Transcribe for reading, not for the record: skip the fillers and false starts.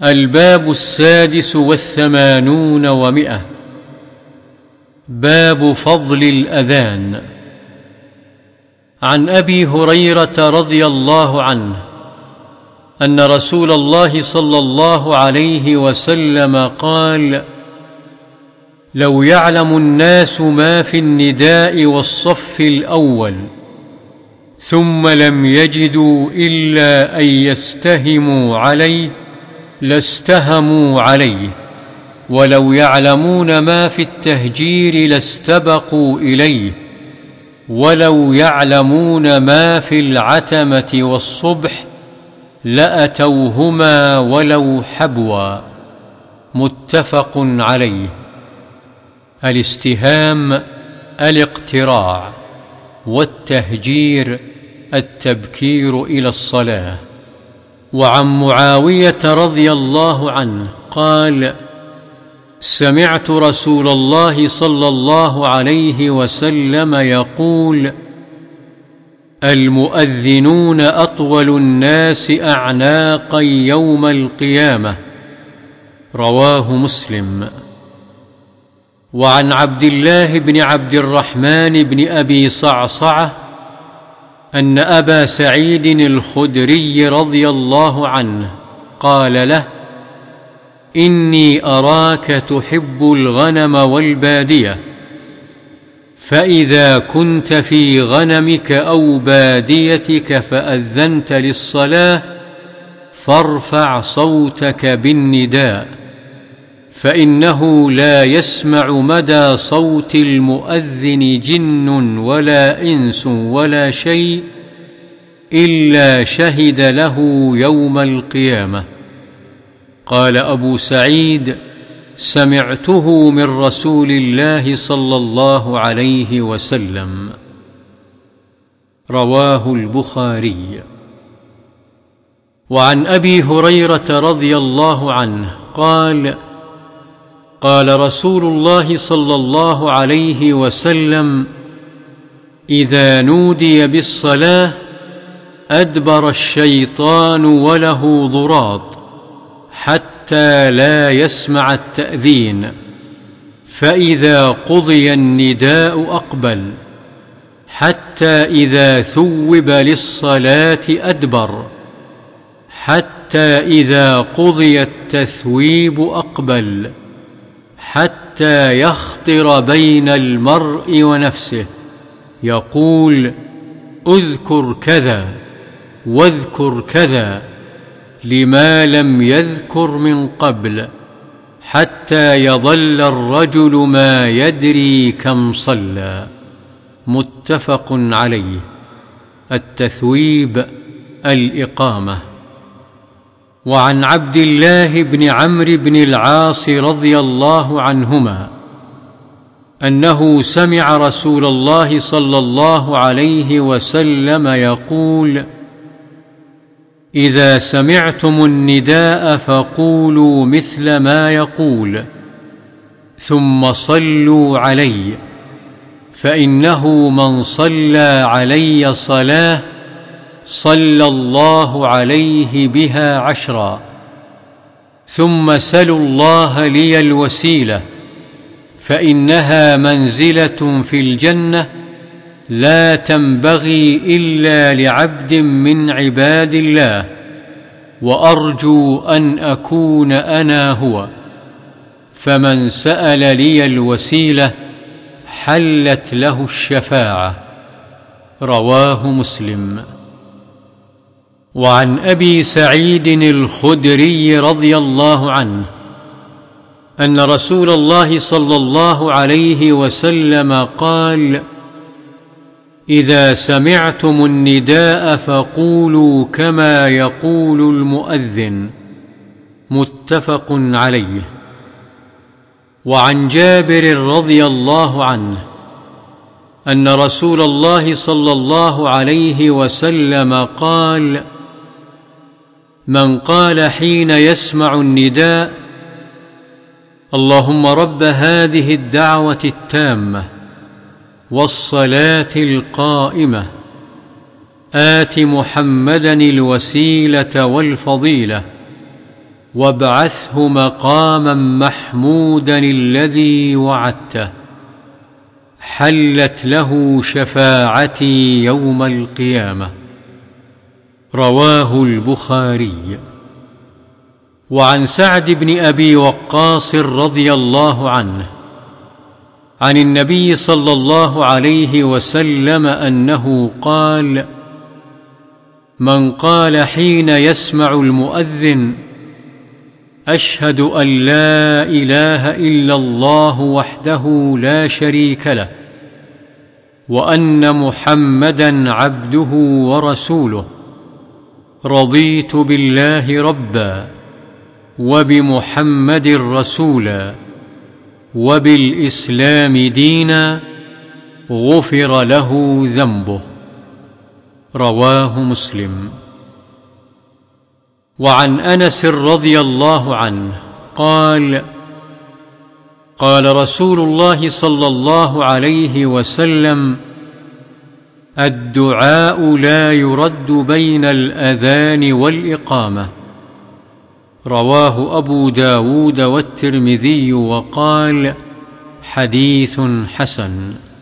الباب 86 و100. باب فضل الأذان. عن أبي هريرة رضي الله عنه أن رسول الله صلى الله عليه وسلم قال: لو يعلم الناس ما في النداء والصف الأول ثم لم يجدوا إلا أن يستهموا عليه لاستهموا عليه، ولو يعلمون ما في التهجير لاستبقوا إليه، ولو يعلمون ما في العتمة والصبح لأتوهما ولو حبوا. متفق عليه. الاستهام الاقتراع، والتهجير التبكير إلى الصلاة. وعن معاوية رضي الله عنه قال: سمعت رسول الله صلى الله عليه وسلم يقول: المؤذنون أطول الناس أعناقا يوم القيامة. رواه مسلم. وعن عبد الله بن عبد الرحمن بن أبي صعصعة أن أبا سعيد الخدري رضي الله عنه قال له: إني أراك تحب الغنم والبادية، فإذا كنت في غنمك أو باديتك فأذنت للصلاة فارفع صوتك بالنداء، فإنه لا يسمع مدى صوت المؤذن جن ولا إنس ولا شيء إلا شهد له يوم القيامة. قال أبو سعيد: سمعته من رسول الله صلى الله عليه وسلم. رواه البخاري. وعن أبي هريرة رضي الله عنه قال: قال رسول الله صلى الله عليه وسلم: إذا نودي بالصلاة أدبر الشيطان وله ضراط حتى لا يسمع التأذين، فإذا قضي النداء أقبل، حتى إذا ثوب للصلاة أدبر، حتى إذا قضي التثويب أقبل، حتى يخطر بين المرء ونفسه يقول: اذكر كذا واذكر كذا، لما لم يذكر من قبل، حتى يظل الرجل ما يدري كم صلى. متفق عليه. التثويب الإقامة. وعن عبد الله بن عمرو بن العاص رضي الله عنهما أنه سمع رسول الله صلى الله عليه وسلم يقول: إذا سمعتم النداء فقولوا مثل ما يقول، ثم صلوا علي، فإنه من صلى علي صلاة صلى الله عليه بها 10. ثم سلوا الله لي الوسيلة، فإنها منزلة في الجنة لا تنبغي إلا لعبد من عباد الله، وأرجو أن أكون أنا هو. فمن سأل لي الوسيلة حلت له الشفاعة. رواه مسلم. وعن أبي سعيد الخدري رضي الله عنه أن رسول الله صلى الله عليه وسلم قال: إذا سمعتم النداء فقولوا كما يقول المؤذن. متفق عليه. وعن جابر رضي الله عنه أن رسول الله صلى الله عليه وسلم قال: من قال حين يسمع النداء: اللهم رب هذه الدعوة التامة والصلاة القائمة آت محمدا الوسيلة والفضيلة وابعثه مقاما محمودا الذي وعدته حلت له شفاعتي يوم القيامة. رواه البخاري. وعن سعد بن أبي وقاص رضي الله عنه عن النبي صلى الله عليه وسلم أنه قال: من قال حين يسمع المؤذن: أشهد أن لا إله إلا الله وحده لا شريك له وأن محمدًا عبده ورسوله، رضيت بالله ربًا وبمحمد رسولا وبالإسلام دينا، غفر له ذنبه. رواه مسلم. وعن أنس رضي الله عنه قال: قال رسول الله صلى الله عليه وسلم: الدعاء لا يرد بين الأذان والإقامة. رواه أبو داود والترمذي وقال: حديث حسن.